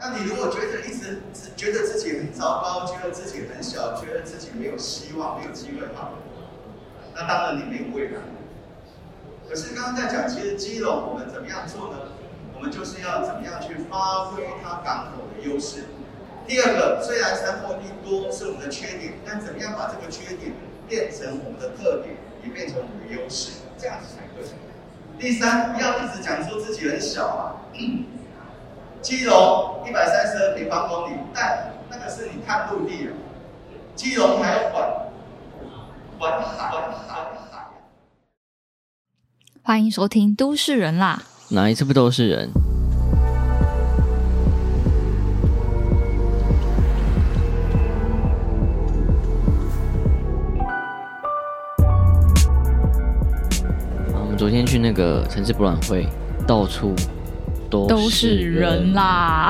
那你如果一直觉得自己很糟糕，觉得自己很小，觉得自己没有希望、没有机会好，那当然你没有未来。可是刚刚在讲，其实基隆我们怎么样做呢？我们就是要怎么样去发挥它港口的优势。第二个，虽然山坡地多是我们的缺点，但怎么样把这个缺点变成我们的特点，也变成我们的优势，这样子才对。第三，不要一直讲说自己很小啊。基隆132平方公里，但那个是你看陆地啊。基隆还要管海。 欢迎收听《都市人》啦， 哪一次不都是人？我们昨天去那个城市博览会，到处都是人啦。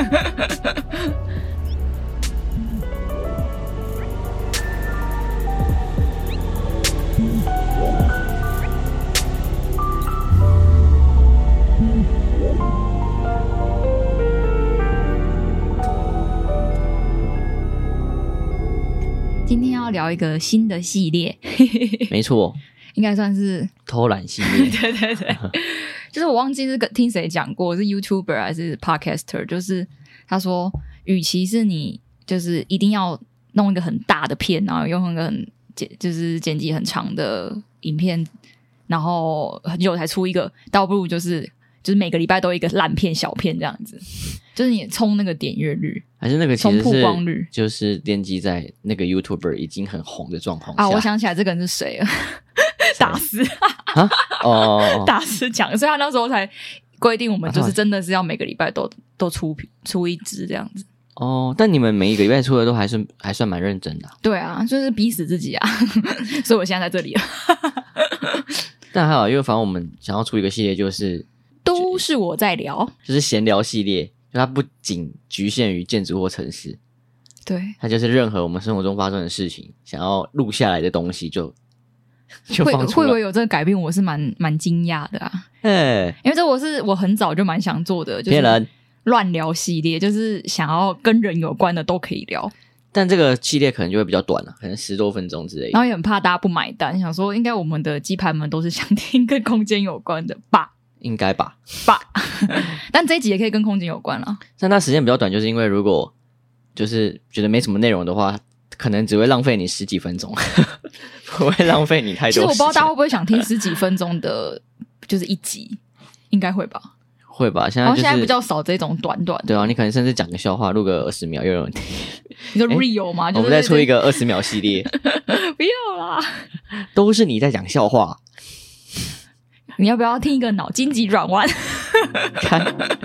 今天要聊一个新的系列， 没错， 应该算是偷懒系列。 对对对，就是我忘记是听谁讲过，是 YouTuber 还是 Podcaster， 就是他说，与其是你就是一定要弄一个很大的片，然后用一个就是剪辑很长的影片，然后很久才出一个，倒不如就是每个礼拜都一个烂片小片这样子，就是你冲那个点阅率， 还是那个其实是冲曝光率， 就是奠基在那个 YouTuber 已经很红的状况下。 我想起来这个人是谁了，大师大师讲，所以他那时候才规定我们就是真的是要每个礼拜都出一支这样子。 但你们每一个礼拜出的都还算蛮认真的。 对啊，就是逼死自己啊，所以我现在在这里了。 但还好，因为反正我们想要出一个系列，就是都是我在聊， 就是闲聊系列，就它不仅局限于建筑或城市， 对， 它就是任何我们生活中发生的事情，想要录下来的东西就放出来。 会不会有这个改变？我是蛮惊讶的啊，因为这我很早就蛮想做的，就是乱聊系列，就是想要跟人有关的都可以聊。 但这个系列可能就会比较短了，可能10多分钟之类的。 然后也很怕大家不买单，想说应该我们的鸡排们都是想听跟空间有关的吧。 应该吧但这一集也可以跟空间有关啦。 但它时间比较短，就是因为如果就是觉得没什么内容的话，可能只会浪费你10几分钟，不会浪费你太多时间。 其实我不知道大家会不会想听10几分钟的就是一集，应该会吧。 会吧，现在比较少这种短短的。 对啊，你可能甚至讲个笑话，录个20秒，又有人听。 你说 real 吗？ 我们再出一个20秒系列。 不要啦， 都是你在讲笑话。 你要不要听一个脑筋急转弯？ 看。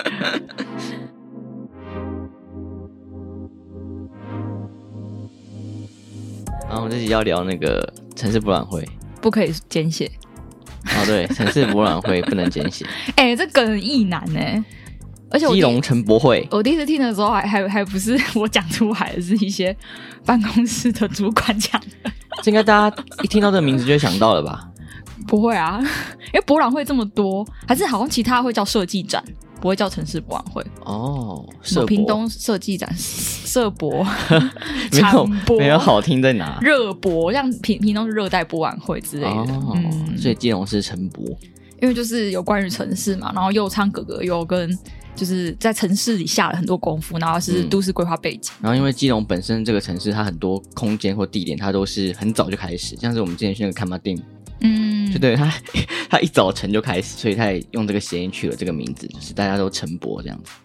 然后我们这集要聊那个城市博览会， 不可以简写。 对，城市博览会不能简写。 这梗很易难而且基隆城博会， 我第一次听的时候还不是我讲出来的，是一些办公室的主管讲的。 这应该大家一听到这个名字就会想到了吧？ 不会啊，因为博览会这么多，还是好像其他会叫设计展，不会叫城市博览会。 什么屏东设计展、社博、 没有好听在哪？ 热博，像屏东是热带博览会之类的。 所以基隆是城博， 因为就是有关于城市嘛，然后右昌哥哥又跟就是在城市里下了很多功夫，然后是都市规划背景。 然后因为基隆本身这个城市，它很多空间或地点，它都是很早就开始，像是我们之前去那个看马店。就对他一早晨就开始，所以他也用这个谐音取了这个名字，就是大家都晨博这样子。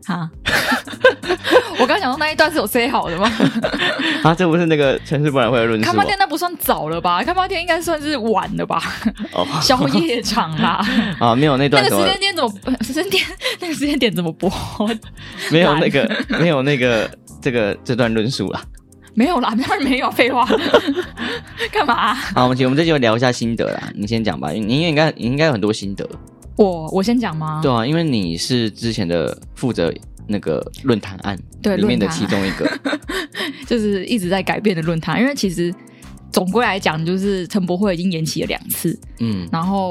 我刚想说那一段是有 say 好的吗？ 这不是那个城市博览会的论述吗？ 看马店那不算早了吧？看马店应该算是晚了吧？宵夜场啦。 没有那段那个时间点怎么那个时间点怎么播？ 没有那个这段论述啦。 没有啦，当然没有，废话。干嘛好，我们这集就聊一下心得啦。你先讲吧，你应该有很多心得。 我先讲吗？ 对啊，因为你是之前的负责那个论坛案里面的其中一个， 就是一直在改变的论坛。因为其实总归来讲，就是城博会已经延期了2次，然后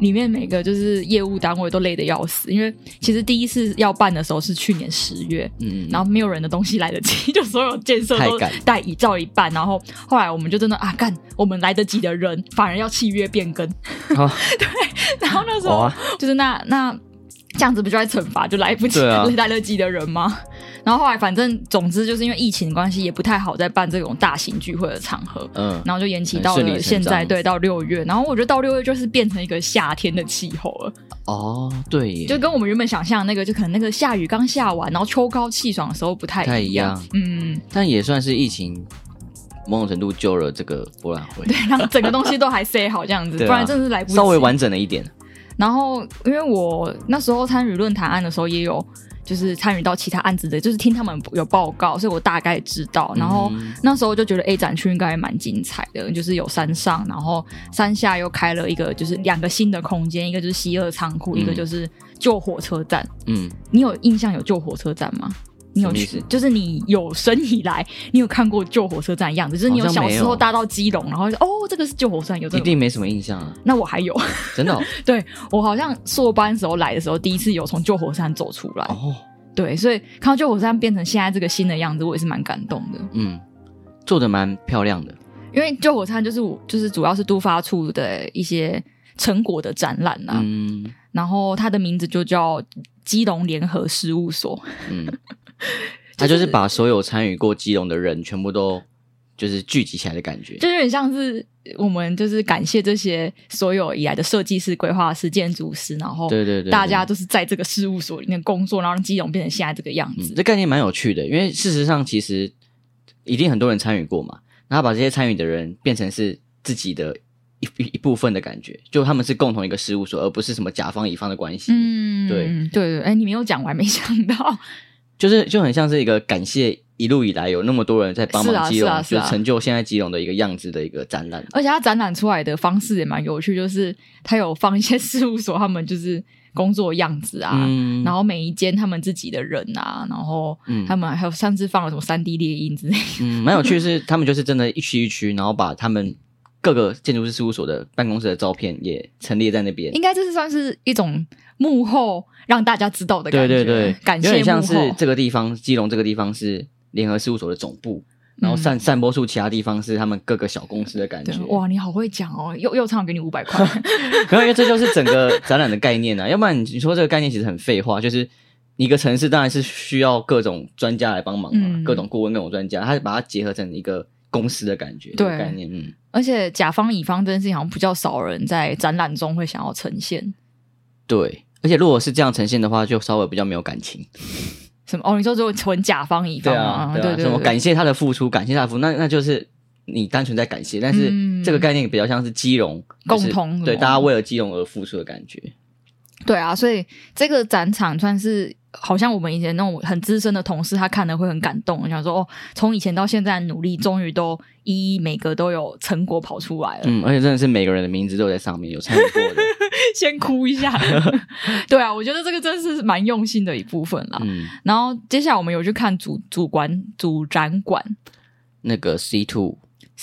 里面每个就是业务单位都累得要死，因为其实第一次要办的时候是去年10月，然后没有人的东西来得及，就所有建设都照一办，然后后来我们就真的干，我们来得及的人反而要契约变更，对，然后那时候就是那这样子不就在惩罚就来不及、来得及的人吗？然后后来反正总之就是因为疫情的关系也不太好再办这种大型聚会的场合，然后就延期到了现在，对，到6月。然后我觉得到6月就是变成一个夏天的气候了。 哦，对耶， 就跟我们原本想象那个就可能那个下雨刚下完然后秋高气爽的时候不太一样。 但也算是疫情某种程度救了这个博览会， 对，让整个东西都还塞好这样子，不然真的是来不及， 稍微完整了一点。 然后因为我那时候参与论坛案的时候也有就是参与到其他案子的，就是听他们有报告，所以我大概知道。然后那时候就觉得 A 展区应该蛮精彩的，就是有山上，然后山下又开了一个就是2个新的空间，一个就是西二仓库，一个就是旧火车站。你有印象有旧火车站吗？你有去？就是你有生以来你有看过旧火车站的样子，就是你有小时候搭到基隆然后这个是旧火车站，有这个一定没什么印象啊。 那我还有真的对，我好像硕班时候来的时候第一次有从旧火车站走出来对，所以看到旧火车站变成现在这个新的样子我也是蛮感动的。 做得蛮漂亮的， 因为旧火车站就是主要是都发处的一些成果的展览然后它的名字就叫基隆联合事务所他就是把所有参与过基隆的人全部都就是聚集起来的感觉， 就有点像是我们就是感谢这些所有以来的设计师、规划师、建筑师，然后对大家都是在这个事务所里面工作，然后让基隆变成现在这个样子。 这概念蛮有趣的，因为事实上其实一定很多人参与过嘛，然后把这些参与的人变成是自己的一部分的感觉，就他们是共同一个事务所，而不是什么甲方乙方的关系。 对，你没有讲我还没想到， 就很像是一个感谢一路以来有那么多人在帮忙基隆，就成就现在基隆的一个样子的一个展览。 而且它展览出来的方式也蛮有趣，就是它有放一些事务所他们就是工作样子然后每一间他们自己的人然后他们还有上次放了什么 3D 列印之类的蛮有趣的是他们就是真的一区一区，然后把他们各个建筑师事务所的办公室的照片也陈列在那边。 应该这是算是一种幕后让大家知道的感觉， 对， 感谢幕后， 有点像是这个地方基隆这个地方是联合事务所的总部，然后散播出其他地方是他们各个小公司的感觉。 哇，你好会讲又唱给你500块因为这就是整个展览的概念要不然你说这个概念其实很废话，就是一个城市当然是需要各种专家来帮忙嘛，各种顾问各种专家，他把它结合成一个公司的感觉，对，这个概念而且甲方乙方这件事情好像比较少人在展览中会想要呈现。 对，而且如果是这样呈现的话就稍微比较没有感情。 什么你说只有纯甲方乙方对， 什么感谢他的付出，感谢他的付出，那就是你单纯在感谢，但是这个概念比较像是基隆共同， 对，大家为了基隆而付出的感觉。 对啊，所以这个展场算是好像我们以前那种很资深的同事他看了会很感动，想说从以前到现在的努力终于都每个都有成果跑出来了。 而且真的是每个人的名字都有在上面有参与过的先哭一下对啊，我觉得这个真是蛮用心的一部分啦。然后接下来我们有去看主展馆那个 C2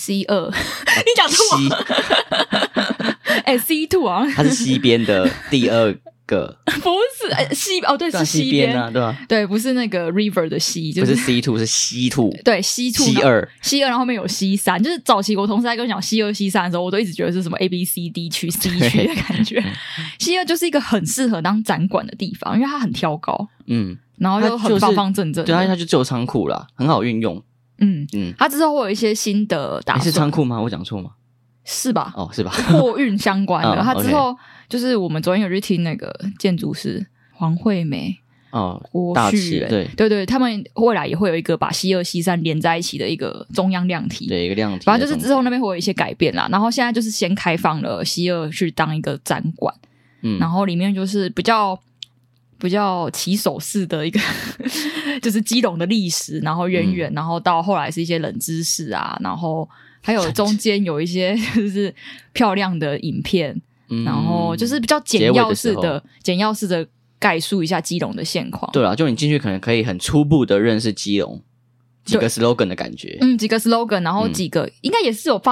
C2 你讲错C2 啊， 它是西边的第二个不是对，是西边对吧？ 对，不是那个 river 的西，就是不是 C2 是西2， 对，西 2， 然后后面有西3，就是早期我同事在跟我讲西2西3的时候，我都一直觉得是什么 ABCD 区 C 区的感觉。西2就是一个很适合当展馆的地方，因为它很挑高，然后又很方方正正， 对，它就旧仓库啦，很好运用。 它之后会有一些新的打算。 是仓库吗？我讲错吗？ 是吧？ 是吧？ 货运相关的。它之后就是我们昨天有去听那个建筑师黄惠美郭旭人，对，他们未来也会有一个把西2西3连在一起的一个中央量体， 对，一个量体。 反正就是之后那边会有一些改变啦。然后现在就是先开放了西2去当一个展馆，然后里面就是比较起手式的一个就是基隆的历史，然后渊源，然后到后来是一些冷知识然后还有中间有一些就是漂亮的影片，然后就是比较简要式的概述一下基隆的现况。 对啦，就你进去可能可以很初步的认识基隆几个 slogan 的感觉。 几个 slogan， 然后几个应该也是有放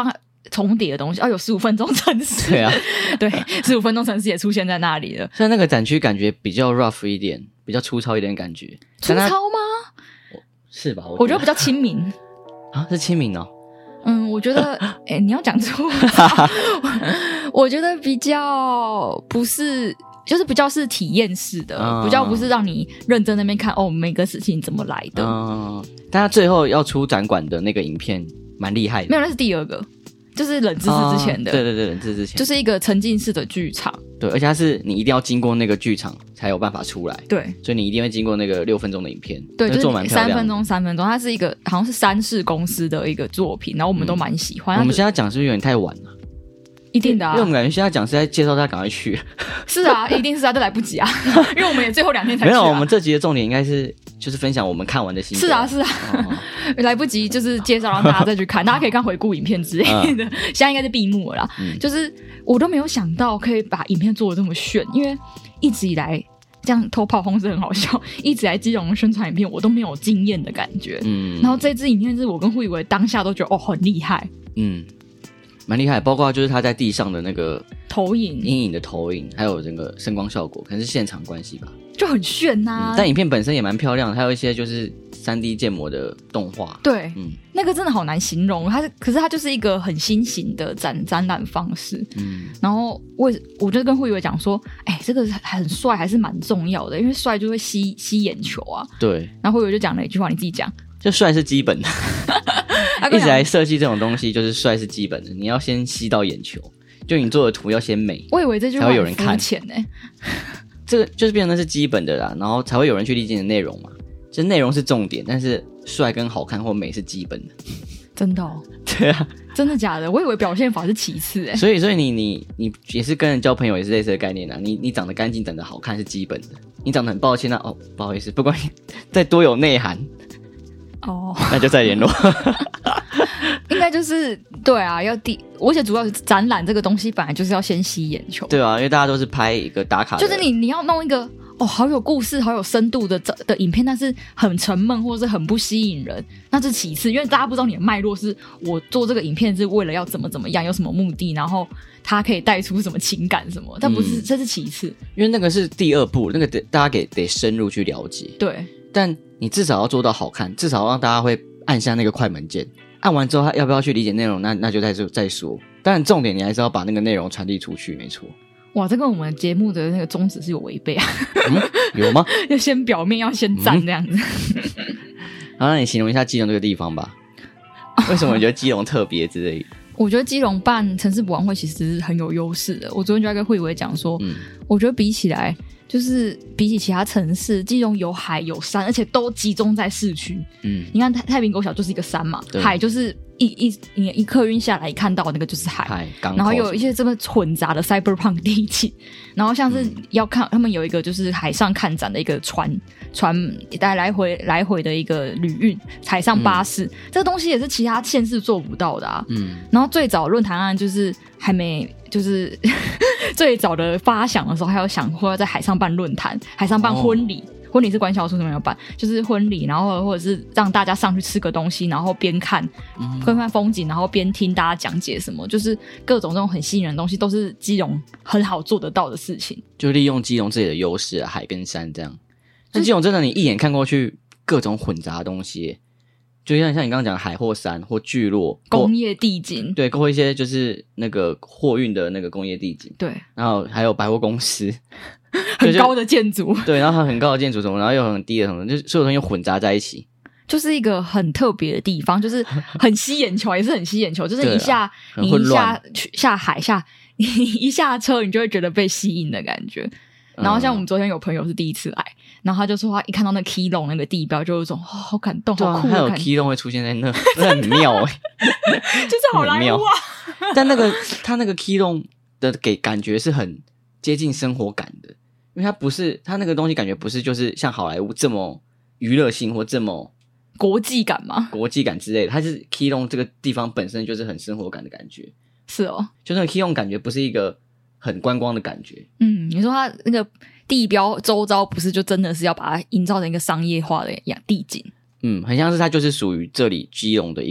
重叠的东西，有15分钟城市， 对啊， 对，15分钟城市也出现在那里了。 虽然那个展区感觉比较 rough 一点，比较粗糙一点的感觉。 粗糙吗？ 是吧？ 我觉得比较亲民啊，是亲民哦。 我觉得，你要讲粗我觉得比较不是，就是比较是体验式的，比较不是让你认真那边看每个事情怎么来的。 但他最后要出展馆的那个影片蛮厉害的。 没有，那是第2个，就是冷知识之前的。 对对对，冷知识之前就是一个沉浸式的剧场。 对，而且它是你一定要经过那个剧场才有办法出来。 对， 所以你一定会经过那个6分钟的影片。 对，就是做蛮漂亮的。 3分钟，它是一个好像是3视公司的一个作品，然后我们都蛮喜欢。 我们现在讲是不是有点太晚了？ 一定的啊， 因为我们感觉现在讲是在介绍他赶快去。 是啊，一定是啊，都来不及啊，因为我们也最后2天才去。 没有，我们这集的重点应该是就是分享我们看完的心得。 是啊，来不及就是介绍让大家再去看，大家可以看回顾影片之类的。现在应该是闭幕了啦。就是我都没有想到可以把影片做得这么炫，因为一直以来这样偷炮轰是很好笑，一直来基隆宣传影片我都没有经验的感觉。然后这支影片是我跟慧伟当下都觉得很厉害。 蛮厉害，包括就是他在地上的那个投影、 阴影的投影，还有整个声光效果，可能是现场关系吧， 就很炫啊。 但影片本身也蛮漂亮的，还有一些就是3D 建模的动画。 对，那个真的好难形容。可是它就是一个很新型的展览方式。然后我就跟慧伟讲说，这个很帅，还是蛮重要的，因为帅就会吸眼球啊。 对。 然后慧伟就讲了一句话，你自己讲。 就帅是基本的。一直来设计这种东西，就是帅是基本的，你要先吸到眼球，就你做的图要先美， 我以为这句话才会有人看。这个就是变成那是基本的啦，然后才会有人去理解你的内容嘛。就内容是重点，但是帅跟好看或美是基本的。 真的哦？ 对啊。 真的假的？我以为表现法是其次。 所以你也是跟人交朋友也是类似的概念啊。你长得干净长得好看是基本的，你长得很抱歉不好意思，不管你再多有内涵那就再联络。 应该就是对啊，而且主要是展览这个东西本来就是要先吸眼球。 对啊，因为大家都是拍一个打卡的， 就是你要弄一个好有故事好有深度的影片，但是很沉闷或者是很不吸引人，那是其次。因为大家不知道你的脉络，是我做这个影片是为了要怎么样，有什么目的，然后它可以带出什么情感什么，但不是这是其次。因为那个是第2步，那个大家得深入去了解。 对， 但你至少要做到好看，至少让大家会按下那个快门键，按完之后他要不要去理解内容，那就再说。当然重点你还是要把那个内容传递出去，没错。 哇，这跟我们节目的那个宗旨是有违背啊。 有吗？ 要先表面要先赞这样子。 好，那你形容一下基隆这个地方吧。为什么你觉得基隆特别之类的？ 我觉得基隆办城市博览会其实是很有优势的。我昨天就在跟慧伟讲说，我觉得比起其他城市，基隆有海有山，而且都集中在市区。你看太平沟小就是一个山嘛，海就是一客运下来看到的那个就是海，然后有一些这么混杂的 cyberpunk 地景，然后像是要看他们有一个就是海上看展的一个船来回的一个旅运，海上巴士，这个东西也是其他县市做不到的啊。然后最早论坛案就是还没就是最早的发想的时候，还有想过要在海上办论坛，海上办婚礼。婚礼是关小书什么要办，就是婚礼，然后或者是让大家上去吃个东西，然后边看风景，然后边听大家讲解什么，就是各种这种很吸引人的东西，都是基隆很好做得到的事情。 就利用基隆自己的优势，海跟山这样。但基隆真的，你一眼看过去，各种混杂的东西，就像你刚刚讲海或山或聚落、 工业地景， 对，或一些就是那个货运的那个工业地景， 对， 然后还有百货公司。 很高的建筑， 对，然后很高的建筑什么，然后又很低的什么，就所有东西混杂在一起， 就是一个很特别的地方，就是很吸眼球，也是很吸眼球。就是你下海一下车，你就会觉得被吸引的感觉。然后像我们昨天有朋友是第一次来，然后他就说他一看到那 Keylong 那个地标，就有一种好感动、好酷的感觉。 还有 Keylong 会出现在那很妙就是好莱坞啊。 但他那个 Keylong 的感觉是很接近生活感的。因为它那个东西感觉不是就是像好莱坞这么娱乐性或这么国际感吗？ 国际感之类的，它是 Keylong 这个地方本身就是很生活感的感觉。 是哦， 就那个 Keylong 感觉不是一个很观光的感觉。 你说它那个地标周遭不是就真的是要把它营造成一个商业化的地景？ 很像是它就是属于这里基隆的一个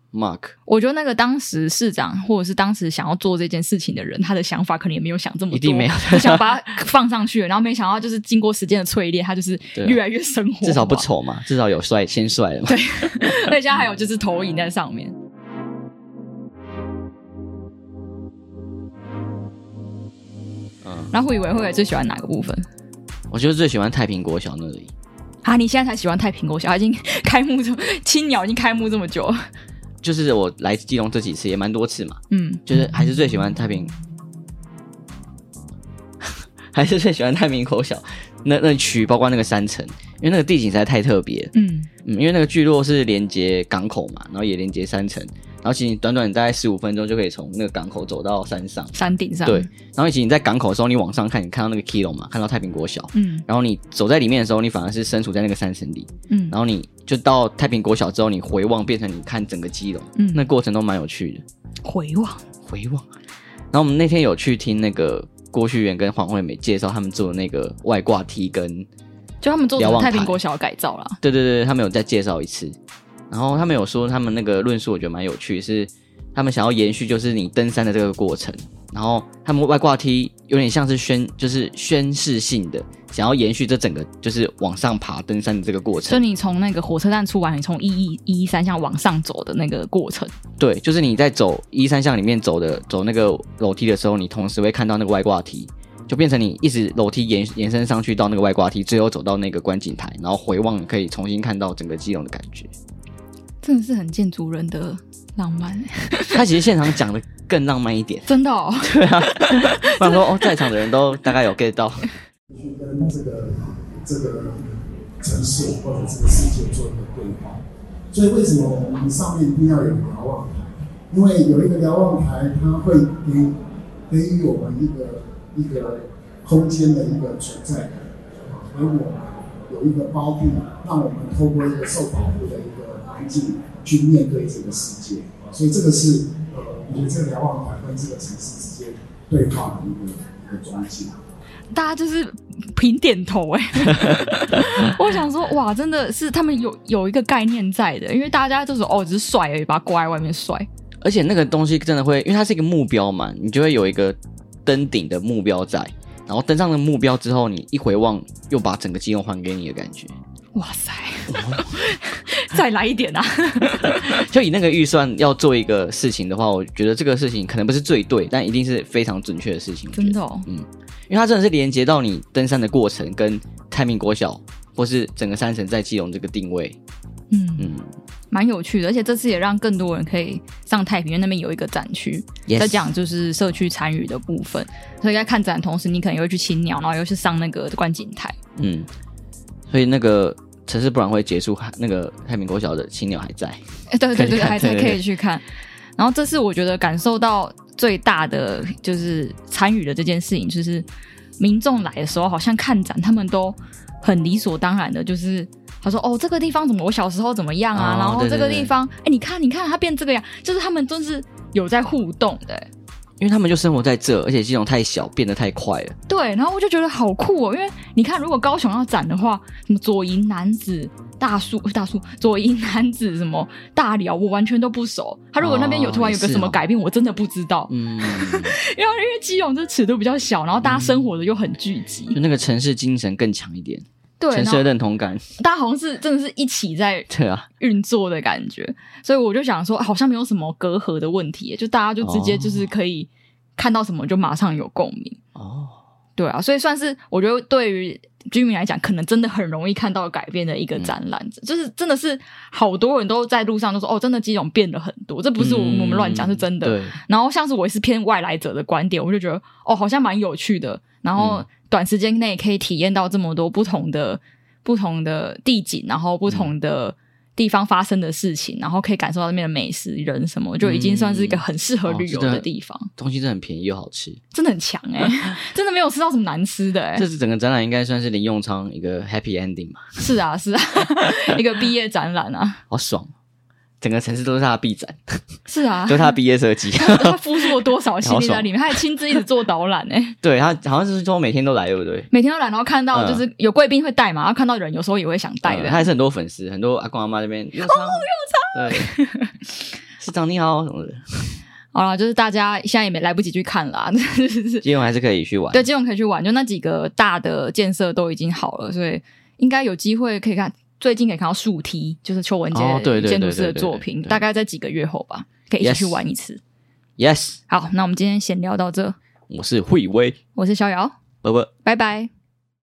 Mark， 我觉得那个当时市长或者是当时想要做这件事情的人，他的想法可能也没有想这么多， 一定没有， 就想把它放上去，然后没想到就是经过时间的淬炼，他就是越来越生活， 至少不丑嘛，至少有先帅了嘛。 对，而且现在还有就是投影在上面。然后我以为最喜欢哪个部分？ 我就是最喜欢太平国小那里。 啊，你现在才喜欢太平国小，已经开幕青鸟已经开幕这么久了。 就是我来基隆这几次也蛮多次嘛，就是还是最喜欢太平，还是最喜欢太平国小那区，包括那个山城，因为那个地景实在太特别。因为那个聚落是连接港口嘛，然后也连接山城。然后其实短短大概15分钟就可以从那个港口走到山顶上。对，然后以及你在港口的时候，你往上看，你看到那个 Kilo 嘛，看到太平国小。然后你走在里面的时候，你反而是身处在那个山城里。然后你就到太平国小之后，你回望变成你看整个基隆，那过程都蛮有趣的。回望。然后我们那天有去听那个郭旭元跟黄惠美介绍他们做的那个外挂梯跟就他们做的太平国小的改造啦。 对，他们有再介绍一次。然后他们有说他们那个论述我觉得蛮有趣，是他们想要延续就是你登山的这个过程，然后他们外挂梯有点像是宣示性的，想要延续这整个就是往上爬登山的这个过程。 就你从那个火车站出来，你从113巷往上走的那个过程。 对，就是你在走113巷里面走那个楼梯的时候，你同时会看到那个外挂梯，就变成你一直楼梯延伸上去到那个外挂梯，最后走到那个观景台，然后回望你可以重新看到整个基隆的感觉。 真的是很建筑人的浪漫。 他其实现场讲的更浪漫一点。 真的哦。 对啊，不然说在场的人都大概有 get 到。 去跟这个城市或者这个世界做一个对话。所以为什么我们上面一定要有瞭望台？因为有一个瞭望台，它会给予我们一个空间的一个存在感，而我们有一个包庇，让我们透过一个受保护的一个环境去面对这个世界。所以这个是我觉得这个瞭望台跟这个城市之间对话的一个中心。 大家就是凭点头我想说哇，真的是他们有一个概念在的，因为大家就是只是帅而已，把它挂在外面帅。 而且那个东西真的会，因为它是一个目标嘛，你就会有一个登顶的目标在，然后登上了目标之后，你一回望又把整个基隆还给你的感觉。 哇塞再来一点啊就以那个预算要做一个事情的话，我觉得这个事情可能不是最对，但一定是非常准确的事情。 真的哦。 因为它真的是连接到你登山的过程跟太平国小或是整个山城在基隆这个定位。 蛮有趣的，而且这次也让更多人可以上太平，因为那边有一个展区在讲就是社区参与的部分，所以在看展的同时你可能也会去青鸟，然后又是上那个观景台。 所以那个城市博览会结束，那个太平国小的青鸟还在。 对，还在可以去看。然后这次我觉得感受到最大的就是参与的这件事情，就是民众来的时候好像看展他们都很理所当然的，就是他说这个地方怎么我小时候怎么样啊，然后这个地方你看它变这个样，就是他们都是有在互动的。 因为他们就生活在这，而且基隆太小，变得太快了。 对，然后我就觉得好酷哦，因为你看，如果高雄要展的话，什么左营男子、大树、左营男子什么大寮，我完全都不熟。他如果那边突然有个什么改变，我真的不知道。因为基隆这尺度比较小，然后大家生活的又很聚集， 就那个城市精神更强一点。 对， 城市的认同感， 大家好像是真的是一起在运作的感觉。所以我就想说，好像没有什么隔阂的问题，就大家就直接就是可以看到什么就马上有共鸣。对啊，所以算是我觉得对于居民来讲，可能真的很容易看到改变的一个展览。就是真的是好多人都在路上都说真的基隆变了很多，这不是我们乱讲，是真的。然后像是我也是偏外来者的观点，我就觉得好像蛮有趣的，然后短时间内可以体验到这么多不同的地景，然后不同的地方发生的事情，然后可以感受到那边的美食人什么，就已经算是一个很适合旅游的地方。 东西真的很便宜又好吃， 真的很强真的没有吃到什么难吃的这是整个展览应该算是林永昌一个 happy ending 吧。 是啊一个毕业展览啊， 好爽，整个城市都是他的毕展。 是啊， 都是他的毕业设计。 他付出了多少心力在里面，他还亲自一直做导览对，他好像是说每天都来，对不对？ 每天都来，然后看到就是有贵宾会带嘛，然后看到人有时候也会想带的。 他还是很多粉丝，很多阿公阿妈那边用仓。对。 市长你好什么的。 好啦，就是大家现在也没来不及去看啦， 基隆还是可以去玩。 对，基隆可以去玩，就那几个大的建设都已经好了，所以应该有机会可以看。最近可以看到树梯，就是邱文杰建筑师的作品，大概在几个月后吧，可以一起去玩一次。 Yes。 好，那我们今天先聊到这。 我是慧威， 我是逍遥， 拜拜， 拜拜。